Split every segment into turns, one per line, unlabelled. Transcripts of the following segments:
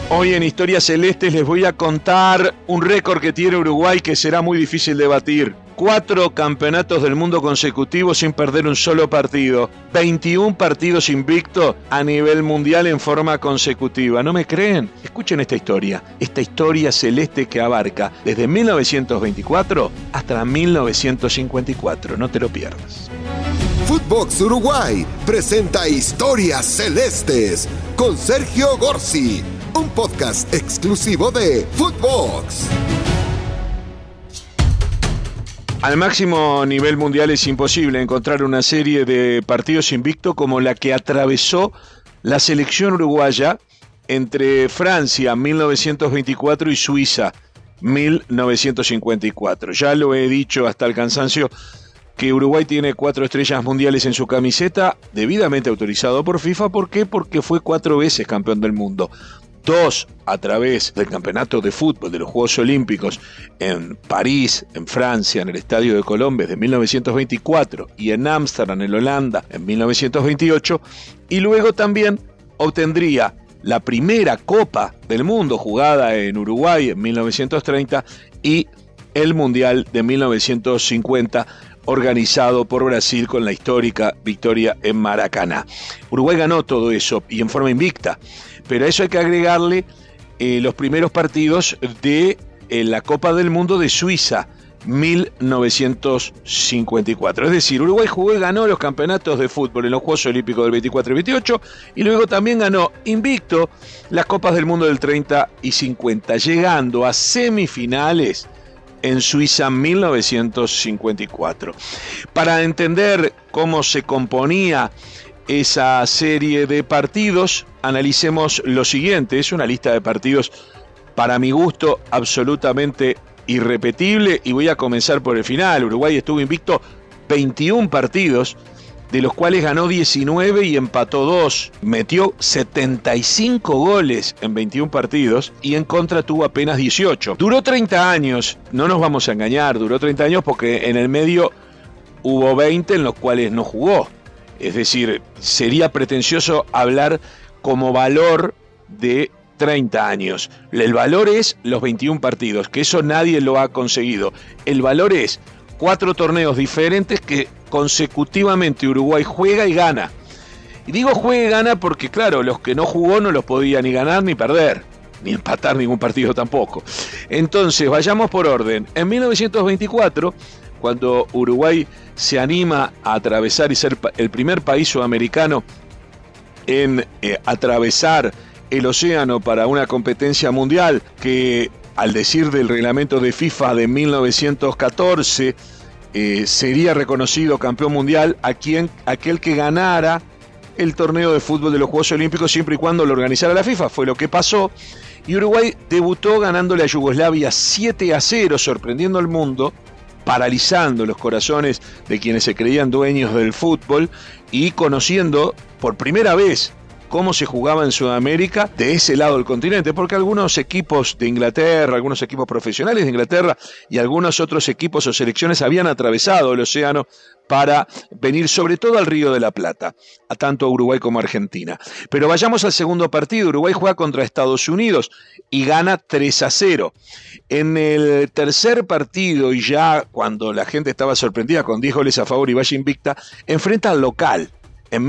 Hoy en Historias Celestes les voy a contar un récord que tiene Uruguay que será muy difícil de batir. 4 campeonatos del mundo consecutivos sin perder un solo partido. 21 partidos invictos a nivel mundial en forma consecutiva. ¿No me creen? Escuchen esta historia celeste que abarca desde 1924 hasta 1954. No te lo pierdas.
Footbox Uruguay presenta Historias Celestes con Sergio Gorsi, un podcast exclusivo de Footbox.
Al máximo nivel mundial es imposible encontrar una serie de partidos invictos como la que atravesó la selección uruguaya entre Francia 1924 y Suiza 1954. Ya lo he dicho hasta el cansancio que Uruguay tiene 4 estrellas mundiales en su camiseta, debidamente autorizado por FIFA. ¿Por qué? Porque fue 4 veces campeón del mundo. 2 a través del campeonato de fútbol de los Juegos Olímpicos en París, en Francia, en el Estadio de Colombes de 1924 y en Ámsterdam, en Holanda, en 1928, y luego también obtendría la primera Copa del Mundo jugada en Uruguay en 1930 y el Mundial de 1950 organizado por Brasil con la histórica victoria en Maracaná. Uruguay ganó todo eso y en forma invicta, pero a eso hay que agregarle los primeros partidos de la Copa del Mundo de Suiza 1954. Es decir, Uruguay jugó y ganó los campeonatos de fútbol en los Juegos Olímpicos del 24 y 28 y luego también ganó invicto las Copas del Mundo del 30 y 50, llegando a semifinales en Suiza 1954. Para entender cómo se componía esa serie de partidos, analicemos lo siguiente. Es una lista de partidos, para mi gusto, absolutamente irrepetible, y voy a comenzar por el final. Uruguay estuvo invicto 21 partidos, de los cuales ganó 19 y empató 2. Metió 75 goles en 21 partidos y en contra tuvo apenas 18. Duró 30 años, no nos vamos a engañar, duró 30 años porque en el medio hubo 20 en los cuales no jugó. Es decir, sería pretencioso hablar como valor de 30 años. El valor es los 21 partidos, que eso nadie lo ha conseguido. El valor es 4 torneos diferentes que consecutivamente Uruguay juega y gana. Y digo juega y gana porque, claro, los que no jugó no los podía ni ganar ni perder, ni empatar ningún partido tampoco. Entonces, vayamos por orden. En 1924, cuando Uruguay se anima a atravesar y ser el primer país sudamericano en atravesar el océano para una competencia mundial que, al decir del reglamento de FIFA de 1914, sería reconocido campeón mundial aquel que ganara el torneo de fútbol de los Juegos Olímpicos siempre y cuando lo organizara la FIFA. Fue lo que pasó y Uruguay debutó ganándole a Yugoslavia 7-0, sorprendiendo al mundo, paralizando los corazones de quienes se creían dueños del fútbol y conociendo por primera vez cómo se jugaba en Sudamérica de ese lado del continente, porque algunos equipos de Inglaterra, algunos equipos profesionales de Inglaterra y algunos otros equipos o selecciones habían atravesado el océano para venir sobre todo al Río de la Plata, a tanto Uruguay como Argentina. Pero vayamos al segundo partido. Uruguay juega contra Estados Unidos y gana 3-0. En el tercer partido, y ya cuando la gente estaba sorprendida con 10 goles a favor y vaya invicta, enfrenta al local en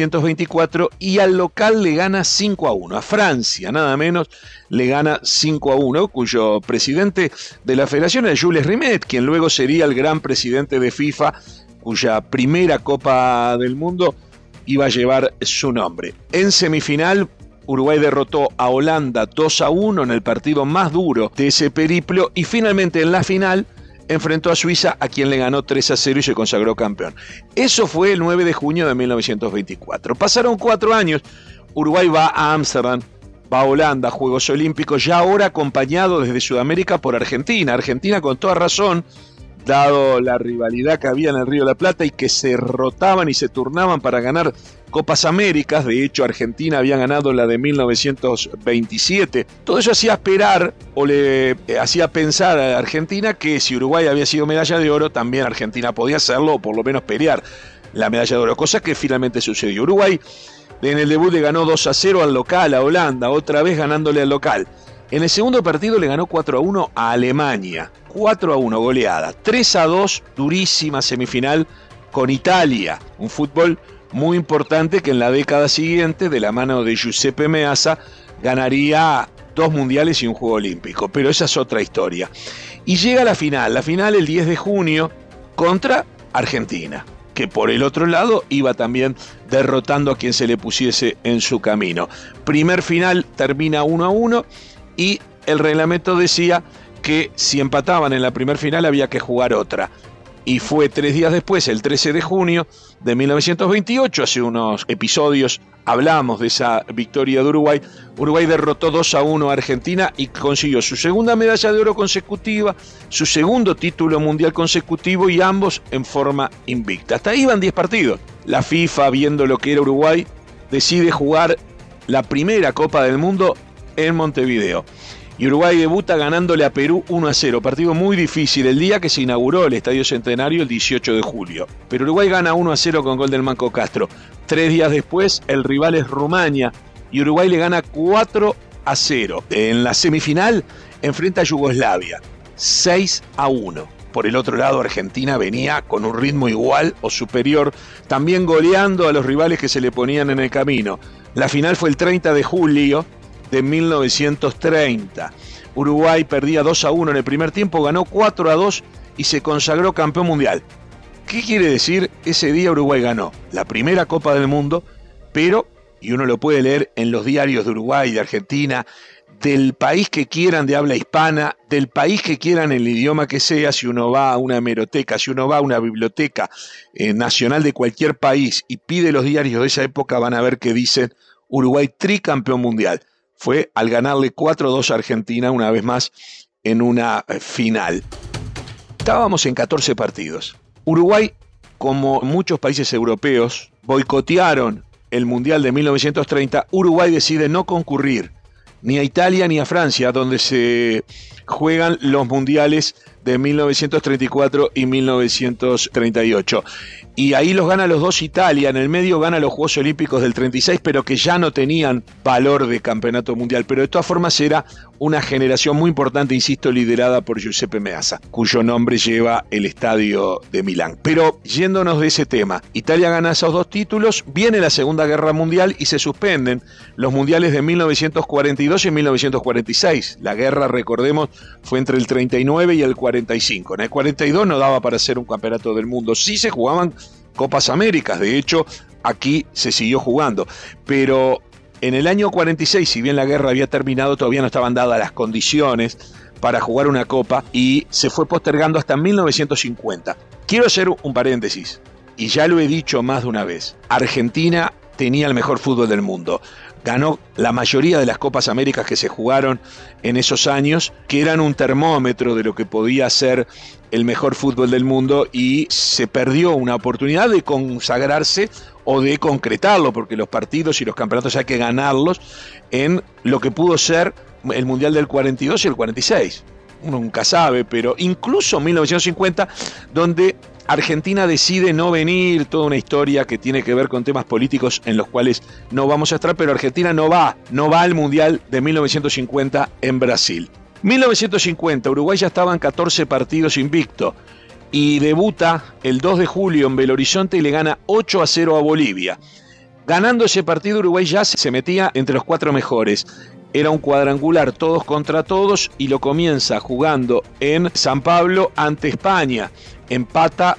1924 y al local le gana 5-1. A Francia, nada menos, le gana 5-1, cuyo presidente de la federación es Jules Rimet, quien luego sería el gran presidente de FIFA, cuya primera Copa del Mundo iba a llevar su nombre. En semifinal, Uruguay derrotó a Holanda 2-1 en el partido más duro de ese periplo y finalmente en la final enfrentó a Suiza, a quien le ganó 3-0 y se consagró campeón. Eso fue el 9 de junio de 1924. Pasaron 4 años, Uruguay va a Ámsterdam, va a Holanda, Juegos Olímpicos, ya ahora acompañado desde Sudamérica por Argentina. Argentina, con toda razón, dado la rivalidad que había en el Río de la Plata y que se rotaban y se turnaban para ganar Copas Américas. De hecho, Argentina había ganado la de 1927. Todo eso hacía esperar o le hacía pensar a Argentina que si Uruguay había sido medalla de oro, también Argentina podía hacerlo o por lo menos pelear la medalla de oro, cosa que finalmente sucedió. Uruguay En el debut le ganó 2-0 al local, a Holanda, otra vez ganándole al local. En el segundo partido le ganó 4-1 a Alemania, 4-1 goleada, 3-2 durísima semifinal con Italia, un fútbol muy importante que en la década siguiente, de la mano de Giuseppe Meazza, ganaría 2 mundiales y un juego olímpico, pero esa es otra historia. Y llega la final el 10 de junio contra Argentina, que por el otro lado iba también derrotando a quien se le pusiese en su camino. Primer final termina 1-1 y el reglamento decía que si empataban en la primer final había que jugar otra. Y fue 3 días después, el 13 de junio de 1928, hace unos episodios hablamos de esa victoria de Uruguay. Uruguay derrotó 2-1 a Argentina y consiguió su segunda medalla de oro consecutiva, su segundo título mundial consecutivo y ambos en forma invicta. Hasta ahí iban 10 partidos. La FIFA, viendo lo que era Uruguay, decide jugar la primera Copa del Mundo en Montevideo. Y Uruguay debuta ganándole a Perú 1-0, partido muy difícil, el día que se inauguró el Estadio Centenario el 18 de julio. Pero Uruguay gana 1-0 con gol del Manco Castro. 3 días después, el rival es Rumania y Uruguay le gana 4-0. En la semifinal enfrenta a Yugoslavia, 6-1. Por el otro lado, Argentina venía con un ritmo igual o superior, también goleando a los rivales que se le ponían en el camino. La final fue el 30 de julio de 1930. Uruguay perdía 2-1 en el primer tiempo, ganó 4-2 y se consagró campeón mundial. ¿Qué quiere decir? Ese día Uruguay ganó la primera Copa del Mundo, pero, y uno lo puede leer en los diarios de Uruguay, de Argentina, del país que quieran de habla hispana, del país que quieran el idioma que sea, si uno va a una hemeroteca, si uno va a una biblioteca nacional de cualquier país y pide los diarios de esa época, van a ver que dicen Uruguay tricampeón mundial. Fue al ganarle 4-2 a Argentina una vez más en una final. Estábamos en 14 partidos. Uruguay, como muchos países europeos, boicotearon el Mundial de 1930. Uruguay decide no concurrir ni a Italia ni a Francia, donde se juegan los mundiales de 1934 y 1938. Y ahí los gana los dos Italia, en el medio gana los Juegos Olímpicos del 36, pero que ya no tenían valor de campeonato mundial. Pero de todas formas era una generación muy importante, insisto, liderada por Giuseppe Meazza, cuyo nombre lleva el estadio de Milán. Pero yéndonos de ese tema, Italia gana esos 2 títulos, viene la Segunda Guerra Mundial y se suspenden los mundiales de 1942 y 1946. La guerra, recordemos, fue entre el 39 y el 45. En el 42 no daba para hacer un campeonato del mundo. Sí se jugaban Copas Américas, de hecho aquí se siguió jugando, pero en el año 46, si bien la guerra había terminado, todavía no estaban dadas las condiciones para jugar una copa y se fue postergando hasta 1950. Quiero hacer un paréntesis, y ya lo he dicho más de una vez, Argentina tenía el mejor fútbol del mundo. Ganó la mayoría de las Copas Américas que se jugaron en esos años, que eran un termómetro de lo que podía ser el mejor fútbol del mundo, y se perdió una oportunidad de consagrarse o de concretarlo, porque los partidos y los campeonatos hay que ganarlos en lo que pudo ser el Mundial del 42 y el 46. Uno nunca sabe, pero incluso 1950, donde Argentina decide no venir, toda una historia que tiene que ver con temas políticos en los cuales no vamos a estar, pero Argentina no va al Mundial de 1950 en Brasil. 1950, Uruguay ya estaba en 14 partidos invicto y debuta el 2 de julio en Belo Horizonte y le gana 8-0 a Bolivia. Ganando ese partido, Uruguay ya se metía entre los 4 mejores. Era un cuadrangular todos contra todos y lo comienza jugando en San Pablo ante España. Empata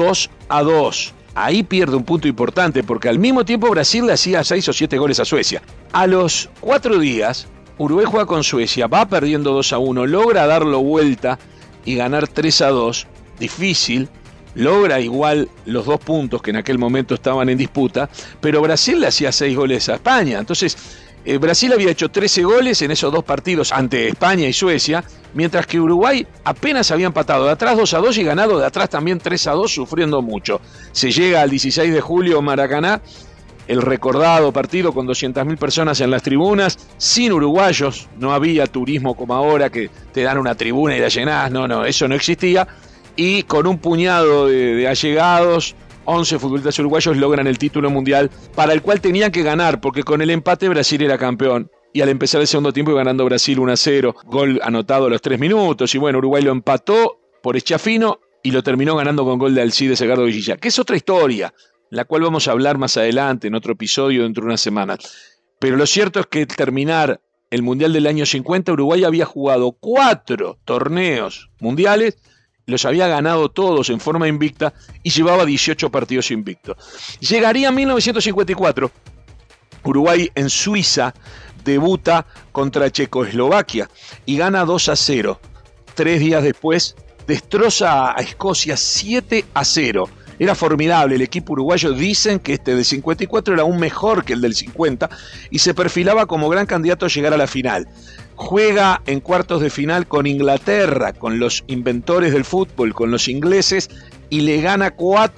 2-2. Ahí pierde un punto importante porque al mismo tiempo Brasil le hacía 6 o 7 goles a Suecia. A los 4 días, Uruguay juega con Suecia, va perdiendo 2-1, logra darlo vuelta y ganar 3-2. Difícil, logra igual los 2 puntos que en aquel momento estaban en disputa, pero Brasil le hacía 6 goles a España. Entonces, Brasil había hecho 13 goles en esos 2 partidos ante España y Suecia, mientras que Uruguay apenas había empatado de atrás 2-2 y ganado de atrás también 3-2, sufriendo mucho. Se llega al 16 de julio Maracaná, el recordado partido con 200.000 personas en las tribunas, sin uruguayos, no había turismo como ahora que te dan una tribuna y la llenás, no, eso no existía, y con un puñado de allegados, 11 futbolistas uruguayos logran el título mundial, para el cual tenían que ganar, porque con el empate Brasil era campeón. Y al empezar el segundo tiempo iba ganando Brasil 1-0, gol anotado a los 3 minutos, y bueno, Uruguay lo empató por Schiaffino y lo terminó ganando con gol de Alcides Edgardo Villilla, que es otra historia, la cual vamos a hablar más adelante en otro episodio dentro de unas semanas. Pero lo cierto es que al terminar el Mundial del año 50, Uruguay había jugado 4 torneos mundiales, los había ganado todos en forma invicta y llevaba 18 partidos invictos. Llegaría 1954, Uruguay en Suiza debuta contra Checoslovaquia y gana 2-0. 3 días después destroza a Escocia 7-0. Era formidable el equipo uruguayo. Dicen que este del 54 era aún mejor que el del 50 y se perfilaba como gran candidato a llegar a la final. Juega en cuartos de final con Inglaterra, con los inventores del fútbol, con los ingleses, y le gana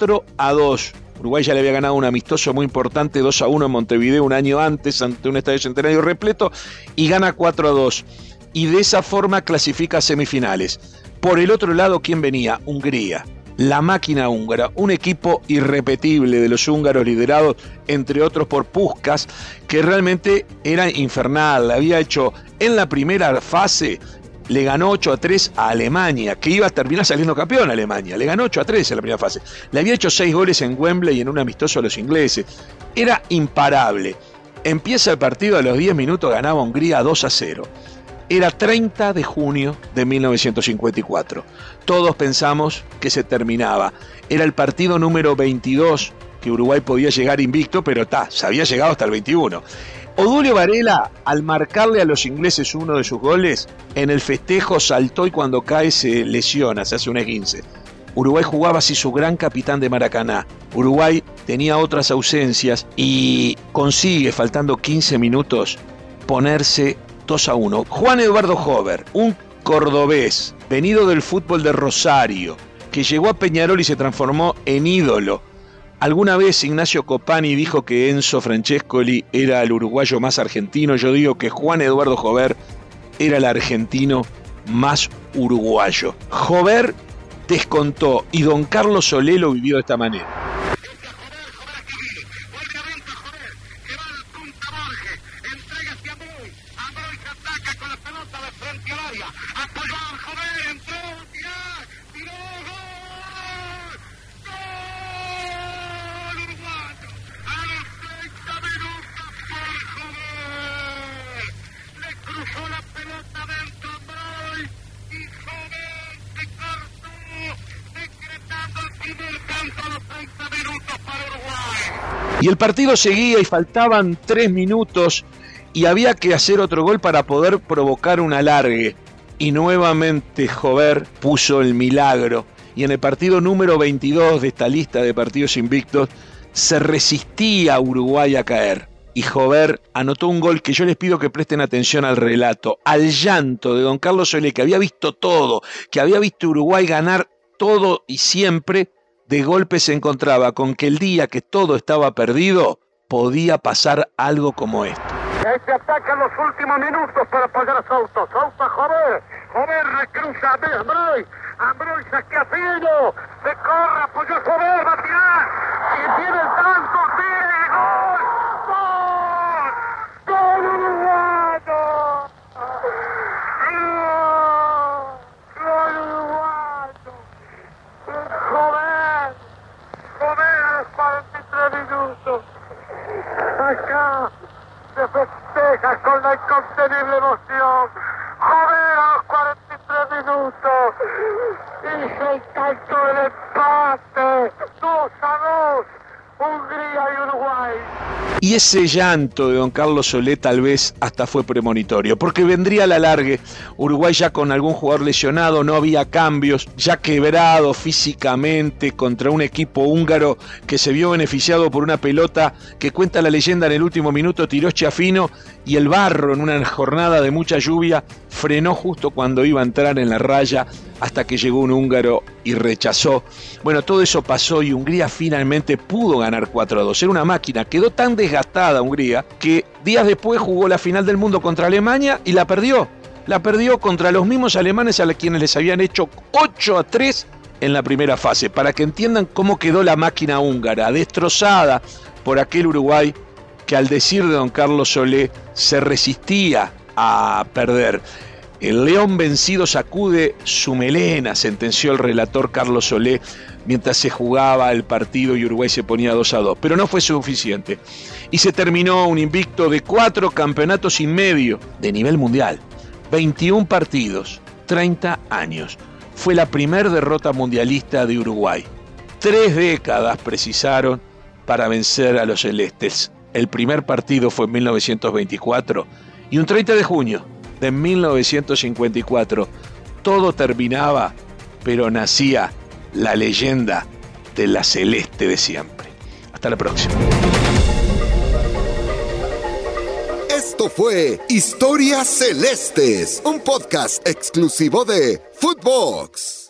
4-2. Uruguay ya le había ganado un amistoso muy importante, 2-1 en Montevideo un año antes, ante un estadio centenario repleto, y gana 4-2. Y de esa forma clasifica a semifinales. Por el otro lado, ¿quién venía? Hungría. La máquina húngara, un equipo irrepetible de los húngaros, liderados entre otros por Puskás, que realmente era infernal. Había hecho en la primera fase, le ganó 8-3 a Alemania, que iba a terminar saliendo campeón a Alemania. Le ganó 8-3 en la primera fase. Le había hecho 6 goles en Wembley en un amistoso a los ingleses. Era imparable. Empieza el partido, a los 10 minutos ganaba Hungría 2-0. Era 30 de junio de 1954. Todos pensamos que se terminaba. Era el partido número 22, que Uruguay podía llegar invicto, pero se había llegado hasta el 21. Odulio Varela, al marcarle a los ingleses uno de sus goles, en el festejo saltó y cuando cae se lesiona, se hace un esguince. Uruguay jugaba así su gran capitán de Maracaná. Uruguay tenía otras ausencias y consigue, faltando 15 minutos, ponerse 2-1. Juan Eduardo Jover, un cordobés, venido del fútbol de Rosario, que llegó a Peñarol y se transformó en ídolo. Alguna vez Ignacio Copani dijo que Enzo Francescoli era el uruguayo más argentino. Yo digo que Juan Eduardo Jover era el argentino más uruguayo. Jover descontó y don Carlos Solé lo vivió de esta manera. Y el partido seguía y faltaban 3 minutos y había que hacer otro gol para poder provocar un alargue. Y nuevamente Jover puso el milagro. Y en el partido número 22 de esta lista de partidos invictos se resistía Uruguay a caer. Y Jover anotó un gol que yo les pido que presten atención al relato, al llanto de don Carlos Solé, que había visto todo, que había visto Uruguay ganar todo y siempre. De golpe se encontraba con que el día que todo estaba perdido, podía pasar algo como esto.
Se ataca en los últimos minutos para apoyar a Souto. Souto a Jover. Jover recruza a Ambroy. Ambroy saquea a Fino. Se corre, apoyó a Jover, va a tirar. Y tiene el tanto, tira y gol. ¡Gol! ¡Gol uruguayo! ¡Gol uruguayo! Jover. Jover a los 43 minutos. Acá se festeja con la incontenible emoción. Jover a los 43 minutos. Hizo el tanto del empate. 2-2. Hungría y Uruguay.
Y ese llanto de don Carlos Solé tal vez hasta fue premonitorio, porque vendría el alargue. Uruguay ya con algún jugador lesionado, no había cambios, ya quebrado físicamente contra un equipo húngaro que se vio beneficiado por una pelota que cuenta la leyenda en el último minuto tiró Schiaffino y el barro en una jornada de mucha lluvia frenó justo cuando iba a entrar en la raya hasta que llegó un húngaro y rechazó. Bueno, todo eso pasó y Hungría finalmente pudo ganar 4-2. Era una máquina, quedó tan desgastada Hungría que días después jugó la final del mundo contra Alemania y la perdió. La perdió contra los mismos alemanes a quienes les habían hecho 8-3 en la primera fase, para que entiendan cómo quedó la máquina húngara, destrozada por aquel Uruguay que, al decir de don Carlos Solé, se resistía a perder. El león vencido sacude su melena, sentenció el relator Carlos Solé mientras se jugaba el partido y Uruguay se ponía 2-2. Pero no fue suficiente. Y se terminó un invicto de 4 campeonatos y medio de nivel mundial. 21 partidos, 30 años. Fue la primer derrota mundialista de Uruguay. 3 décadas precisaron para vencer a los celestes. El primer partido fue en 1924 y un 30 de junio de 1954 todo terminaba, pero nacía la leyenda de la celeste de siempre. Hasta la próxima.
Esto fue Historias Celestes, un podcast exclusivo de Footbox.